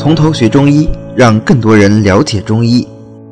从头学中医，让更多人了解中医。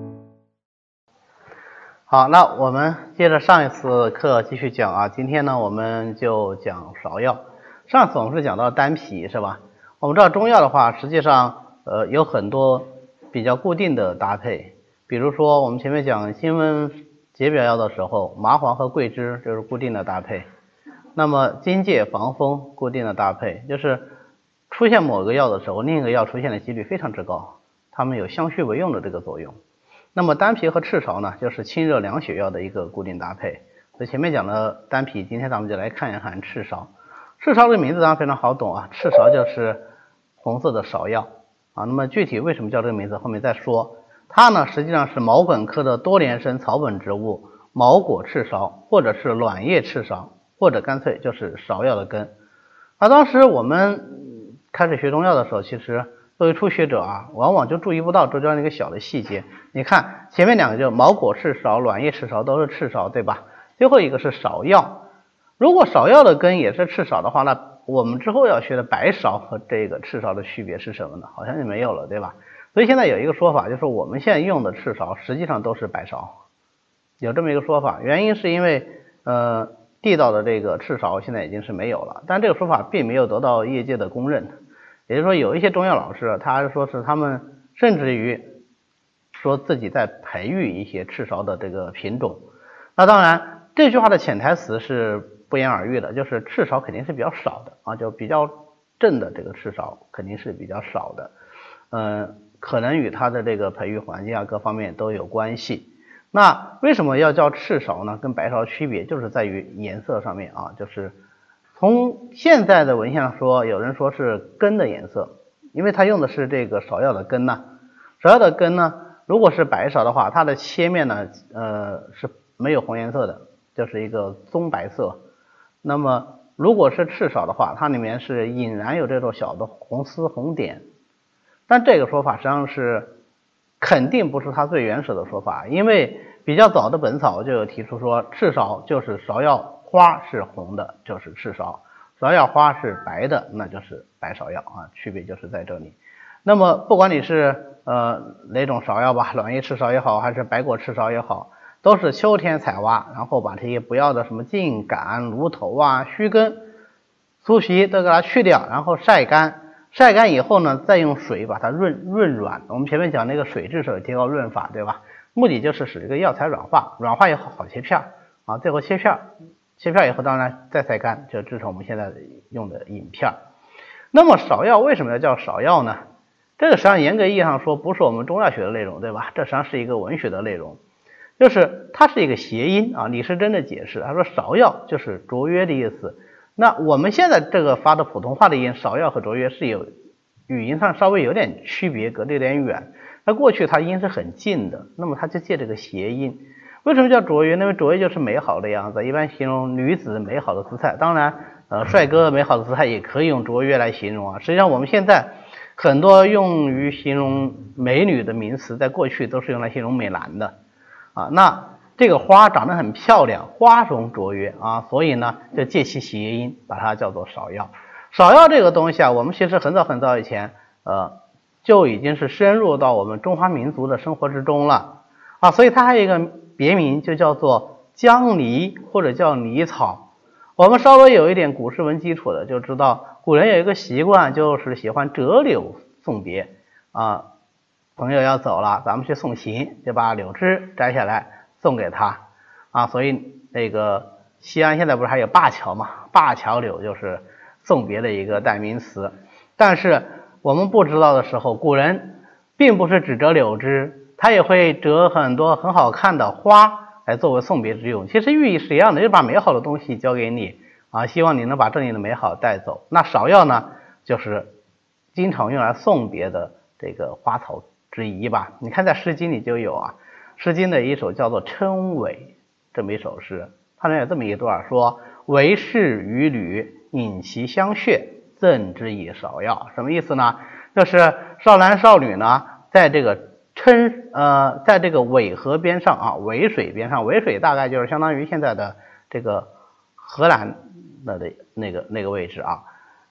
好，那我们接着上一次课继续讲啊。今天呢，我们就讲芍药。上次我们是讲到丹皮，是吧？我们知道中药的话，实际上有很多比较固定的搭配。比如说我们前面讲辛温解表药的时候，麻黄和桂枝就是固定的搭配。那么荆芥防风固定的搭配，就是出现某个药的时候，另一个药出现的几率非常之高，它们有相续为用的这个作用。那么丹皮和赤芍呢，就是清热凉血药的一个固定搭配。所以前面讲了丹皮，今天咱们就来看一看赤芍。赤芍这个名字当然非常好懂啊，赤芍就是红色的芍药啊。那么具体为什么叫这个名字，后面再说。它呢实际上是毛茛科的多年生草本植物，毛果赤芍，或者是卵叶赤芍，或者干脆就是芍药的根。当时我们开始学中药的时候，其实作为初学者啊，往往就注意不到这样一个小的细节。你看前面两个就毛果赤芍、卵叶赤芍都是赤芍，对吧？最后一个是芍药。如果芍药的根也是赤芍的话，那我们之后要学的白芍和这个赤芍的区别是什么呢？好像就没有了，对吧？所以现在有一个说法，就是我们现在用的赤芍实际上都是白芍，有这么一个说法。原因是因为地道的这个赤芍现在已经是没有了，但这个说法并没有得到业界的公认。也就是说有一些中药老师他说是他们甚至于说自己在培育一些赤芍的这个品种。那当然这句话的潜台词是不言而喻的，就是赤芍肯定是比较少的啊，就比较正的这个赤芍肯定是比较少的，可能与它的这个培育环境啊各方面都有关系。那为什么要叫赤芍呢？跟白芍区别就是在于颜色上面啊，就是从现在的文献上说，有人说是根的颜色，因为它用的是这个芍药的根呢。芍药的根呢，如果是白芍的话，它的切面呢是没有红颜色的，就是一个棕白色。那么如果是赤芍的话，它里面是隐然有这种小的红丝红点。但这个说法实际上是肯定不是它最原始的说法，因为比较早的本草就有提出说赤芍就是芍药花是红的，就是赤芍；芍药花是白的，那就是白芍药啊，区别就是在这里。那么不管你是哪种芍药吧，卵叶赤芍也好，还是白果赤芍也好，都是秋天采挖，然后把这些不要的什么茎秆、芦头啊、须根、粗皮都给它去掉，然后晒干。晒干以后呢，再用水把它润软。我们前面讲那个水质是有提高润法，对吧？目的就是使这个药材软化，软化以后好切片啊，最后切片以后当然再晒干，就制成我们现在用的饮片。那么芍药为什么要叫芍药呢？这个实际上严格意义上说不是我们中药学的内容，对吧？这实际上是一个文学的内容，就是它是一个谐音啊。李时珍的解释，他说芍药就是卓约的意思。那我们现在这个发的普通话的音，芍药和卓约是有语音上稍微有点区别，隔得有点远。那过去它音是很近的，那么它就借这个谐音。为什么叫卓约？因为卓约就是美好的样子，一般形容女子美好的姿态。当然帅哥美好的姿态也可以用卓约来形容啊。实际上我们现在很多用于形容美女的名词，在过去都是用来形容美男的啊。那这个花长得很漂亮，花容卓约啊，所以呢就借其谐音把它叫做芍药。芍药这个东西啊，我们其实很早以前就已经是深入到我们中华民族的生活之中了啊，所以它还有一个别名就叫做姜泥或者叫泥草。我们稍微有一点古诗文基础的就知道，古人有一个习惯，就是喜欢折柳送别啊，朋友要走了，咱们去送行，就把柳枝摘下来送给他啊，所以那个西安现在不是还有灞桥嘛？灞桥柳就是送别的一个代名词。但是我们不知道的时候，古人并不是只折柳枝，他也会折很多很好看的花来作为送别之用。其实寓意是一样的，就是把美好的东西交给你啊，希望你能把这里的美好带走。那芍药呢，就是经常用来送别的这个花草之一吧。你看在《诗经》里就有啊，《诗经》的一首叫做《称尾》这么一首诗，它里面有这么一段说：为士与吕，饮其香血，赠之以芍药。什么意思呢？就是少男少女呢，在这个在这个苇河边上啊，苇水边上，苇水大概就是相当于现在的这个荷兰的那个位置啊，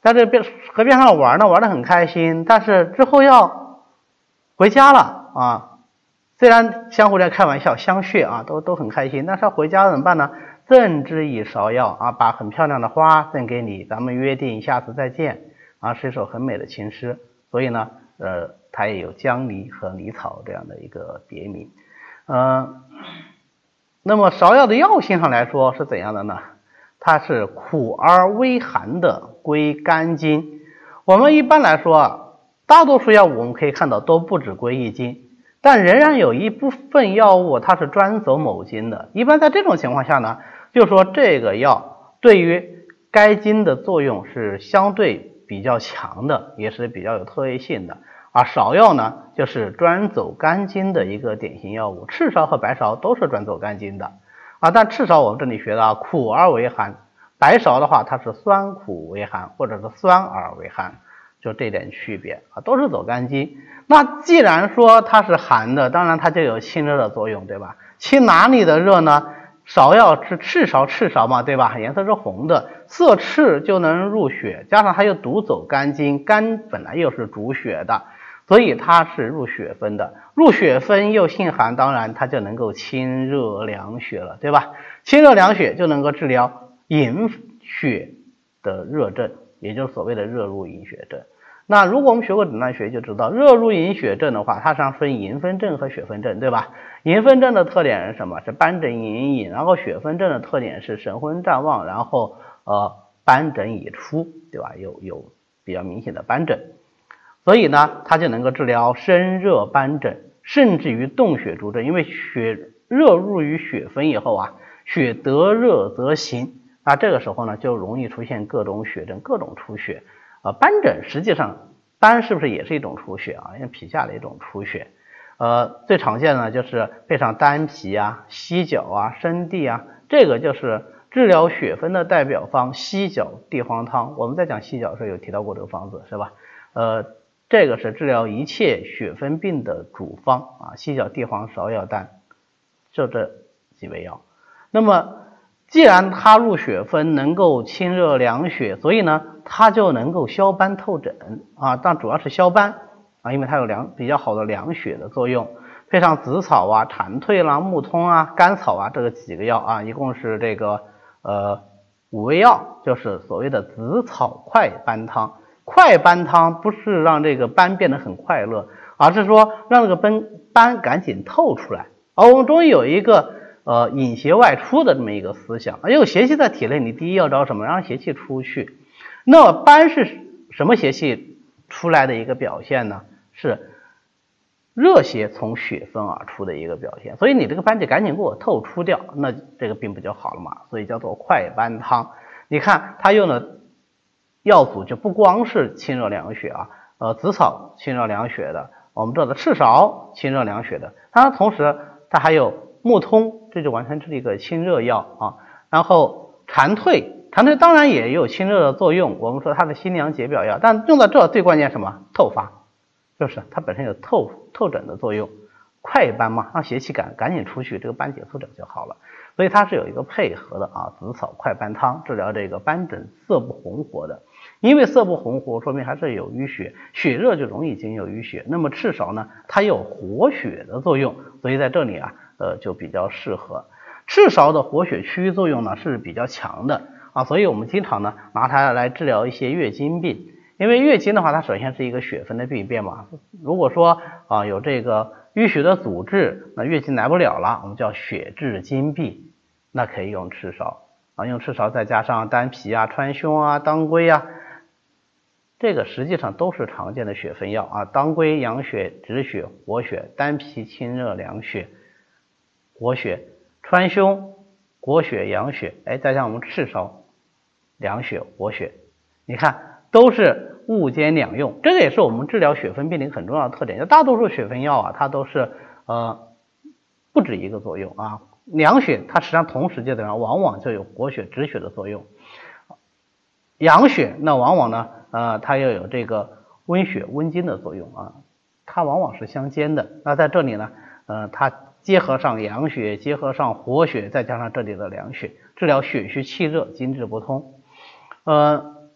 在这河边上玩呢，玩得很开心，但是之后要回家了啊。虽然相互在开玩笑相谑啊，都很开心，但是要回家怎么办呢？赠之以芍药啊，把很漂亮的花赠给你，咱们约定下次再见啊，是一首很美的情诗。所以呢，它也有江离和离草这样的一个别名。那么芍药的药性上来说是怎样的呢？它是苦而微寒的，归肝经。我们一般来说，大多数药物我们可以看到都不止归一经，但仍然有一部分药物它是专走某经的。一般在这种情况下呢，就说这个药对于该经的作用是相对比较强的，也是比较有特异性的。而芍药呢，就是专走肝经的一个典型药物。赤芍和白芍都是专走肝经的啊，但赤芍我们这里学的苦而为寒，白芍的话它是酸苦为寒，或者是酸而为寒，就这点区别啊，都是走肝经。那既然说它是寒的，当然它就有清热的作用，对吧？清哪里的热呢？芍药是赤芍嘛，对吧？颜色是红的，色赤就能入血，加上它又独走肝经，肝本来又是主血的，所以它是入血分的。入血分又性寒，当然它就能够清热凉血了，对吧？清热凉血就能够治疗隐血的热症，也就是所谓的热入隐血症。那如果我们学过诊断学就知道，热入隐血症的话，它实际上分隐分症和血分症，对吧？隐分症的特点是什么？是斑疹隐隐，然后血分症的特点是神昏战妄，然后斑疹已出，对吧？有比较明显的斑疹，所以呢，它就能够治疗生热斑疹，甚至于动血诸症。因为血热入于血分以后啊，血得热则行，那这个时候呢，就容易出现各种血症，各种出血。斑疹实际上斑是不是也是一种出血啊？因为皮下的一种出血。最常见的呢就是配上丹皮啊、犀角啊、生地啊，这个就是治疗血分的代表方犀角地黄汤。我们在讲犀角的时候有提到过这个方子，是吧？这个是治疗一切血分病的主方啊，犀角地黄芍药丹，就这几味药。那么既然它入血分能够清热凉血，所以呢它就能够消斑透疹啊，但主要是消斑啊，因为它有比较好的凉血的作用。配上紫草啊、蝉蜕啦、木通啊、甘草啊，这个几个药啊，一共是这个5味药，就是所谓的紫草快斑汤。快斑汤不是让这个斑变得很快乐，而是说让这个斑赶紧透出来。而我们中医有一个引邪外出的这么一个思想，有邪气在体内，你第一要找什么？让邪气出去。那么斑是什么邪气出来的一个表现呢？是热邪从血分而出的一个表现。所以你这个斑就赶紧给我透出掉，那这个病不就好了嘛？所以叫做快斑汤。你看它用的药组就不光是清热凉血啊，紫草清热凉血的，我们知道的赤芍清热凉血的，当然同时它还有木通，这就完全是一个清热药啊。然后蝉蜕当然也有清热的作用，我们说它是辛凉解表药，但用到这最关键什么？透发，就是它本身有透疹的作用，快斑嘛，让邪气赶紧出去，这个斑解脱掉就好了。所以它是有一个配合的啊，紫草快斑汤治疗这个斑疹色不红火的，因为色不红火说明还是有淤血，血热就容易经有淤血。那么赤芍呢，它有活血的作用，所以在这里啊就比较适合。赤芍的活血祛瘀作用呢是比较强的啊，所以我们经常呢拿它来治疗一些月经病。因为月经的话，它首先是一个血分的病变嘛，如果说有这个淤血的阻滞，那月经来不了了，我们叫血滞经闭，那可以用赤芍啊，用赤芍再加上丹皮啊、川芎啊、当归啊，这个实际上都是常见的血分药啊。当归养血止血活血，丹皮清热凉血活血，川芎活血养血，再加上我们赤芍凉血活血，你看都是物兼两用，这个也是我们治疗血分病的一个很重要的特点。大多数血分药啊，它都是不止一个作用啊。凉血它实际上同时阶段上往往就有活血止血的作用，养血那往往呢它又有这个温血温经的作用啊，它往往是相间的。那在这里呢它结合上养血，结合上活血，再加上这里的凉血，治疗血虚气热、经志不通。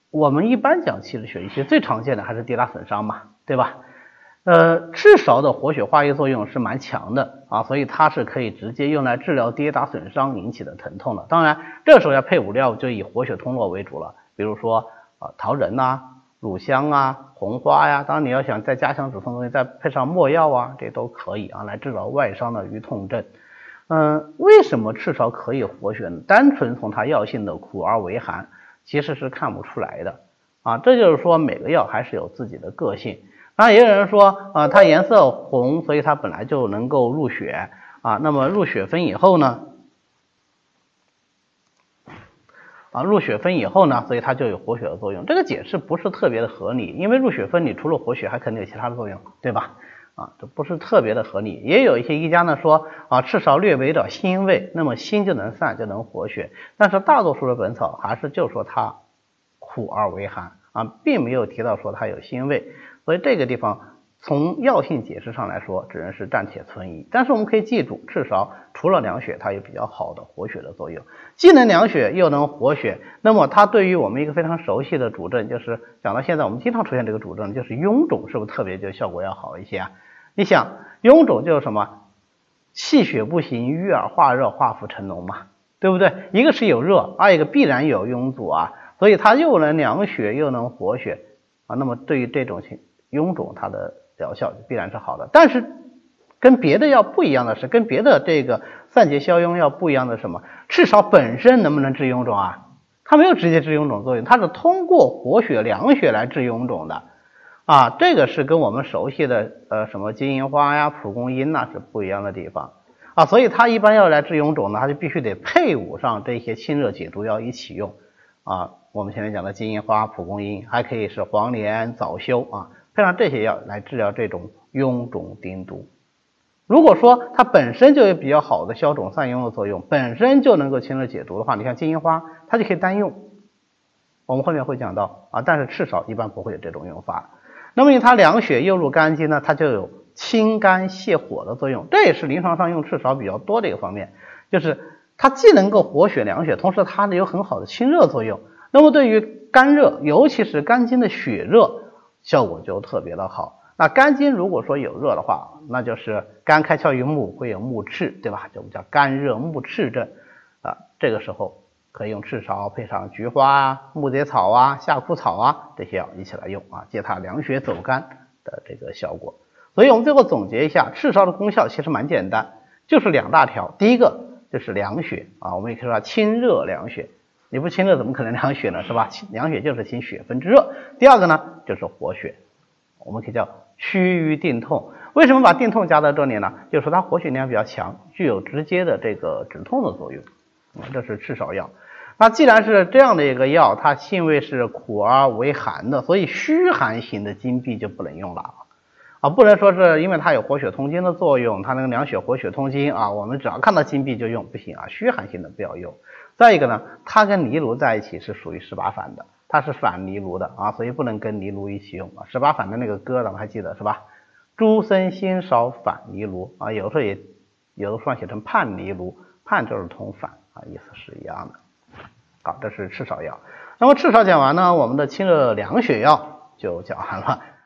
我们一般讲气滞血瘀，其实最常见的还是跌打损伤嘛，对吧？赤芍的活血化瘀作用是蛮强的啊，所以它是可以直接用来治疗跌打损伤引起的疼痛的。当然，这时候要配伍料就以活血通络为主了，比如说桃仁呐、乳香啊、红花呀。当然你要想再加强止痛东西，再配上没药啊，这都可以啊，来治疗外伤的瘀痛症。为什么赤芍可以活血呢？单纯从它药性的苦而为寒，其实是看不出来的啊。这就是说每个药还是有自己的个性。当然也有人说它颜色红，所以它本来就能够入血啊。那么入血分以后呢，所以它就有活血的作用。这个解释不是特别的合理，因为入血分你除了活血还肯定有其他的作用，对吧？这不是特别的合理。也有一些医家呢说赤芍略微的辛味，那么辛就能散，就能活血。但是大多数的本草还是就说它苦而为寒并没有提到说它有辛味。所以这个地方从药性解释上来说，只能是暂且存疑。但是我们可以记住，赤芍除了凉血，它有比较好的活血的作用，既能凉血又能活血。那么它对于我们一个非常熟悉的主症，就是讲到现在我们经常出现这个主症，就是臃肿，是不是特别就效果要好一些啊？你想臃肿就是什么？气血不行，瘀而化热，化腐成脓嘛，对不对？一个是有热，二一个必然有臃阻所以它又能凉血又能活血那么对于这种臃肿它的疗效必然是好的。但是跟别的药不一样的是，跟别的这个散结消痈药不一样的是什么？赤芍本身能不能治臃肿它没有直接治臃肿作用，它是通过活血凉血来治臃肿的这个是跟我们熟悉的什么金银花呀、蒲公英是不一样的地方所以它一般要来治臃肿呢，它就必须得配伍上这些清热解毒药一起用我们前面讲的金银花、蒲公英，还可以是黄连、枣修配上这些药来治疗这种臃肿丁毒。如果说它本身就有比较好的消肿散痈的作用，本身就能够清热解毒的话，你看金银花它就可以单用，我们后面会讲到但是赤芍一般不会有这种用法。那么它凉血又入肝经呢，它就有清肝泻火的作用，这也是临床上用赤芍比较多的一个方面，就是它既能够活血凉血，同时它有很好的清热作用。那么对于肝热，尤其是肝经的血热，效果就特别的好。那肝经如果说有热的话，那就是肝开窍于目，会有目赤，对吧？就叫肝热目赤症这个时候可以用赤芍配上菊花木楝草夏枯草这些药一起来用借它凉血走肝的这个效果。所以我们最后总结一下，赤芍的功效其实蛮简单，就是2大条。第一个就是凉血我们也可以说清热凉血，你不清热怎么可能凉血呢，是吧？凉血就是清血分之热。第二个呢就是活血，我们可以叫祛瘀定痛。为什么把定痛加在这里呢？就是说它活血力量比较强，具有直接的这个止痛的作用这是赤芍药。那既然是这样的一个药，它性味是苦而为寒的，所以虚寒型的经闭就不能用了不能说是因为它有活血通经的作用，它能凉血活血通经我们只要看到经闭就用，不行虚寒型的不要用。再一个呢，它跟藜芦在一起是属于18反的，它是反藜芦的所以不能跟藜芦一起用18反的那个歌咱们还记得是吧？诸僧心少反藜芦有时候也有的书上写成叛藜芦，叛就是同反意思是一样的这是赤芍药。那么赤芍讲完呢，我们的清热凉血药就讲完了。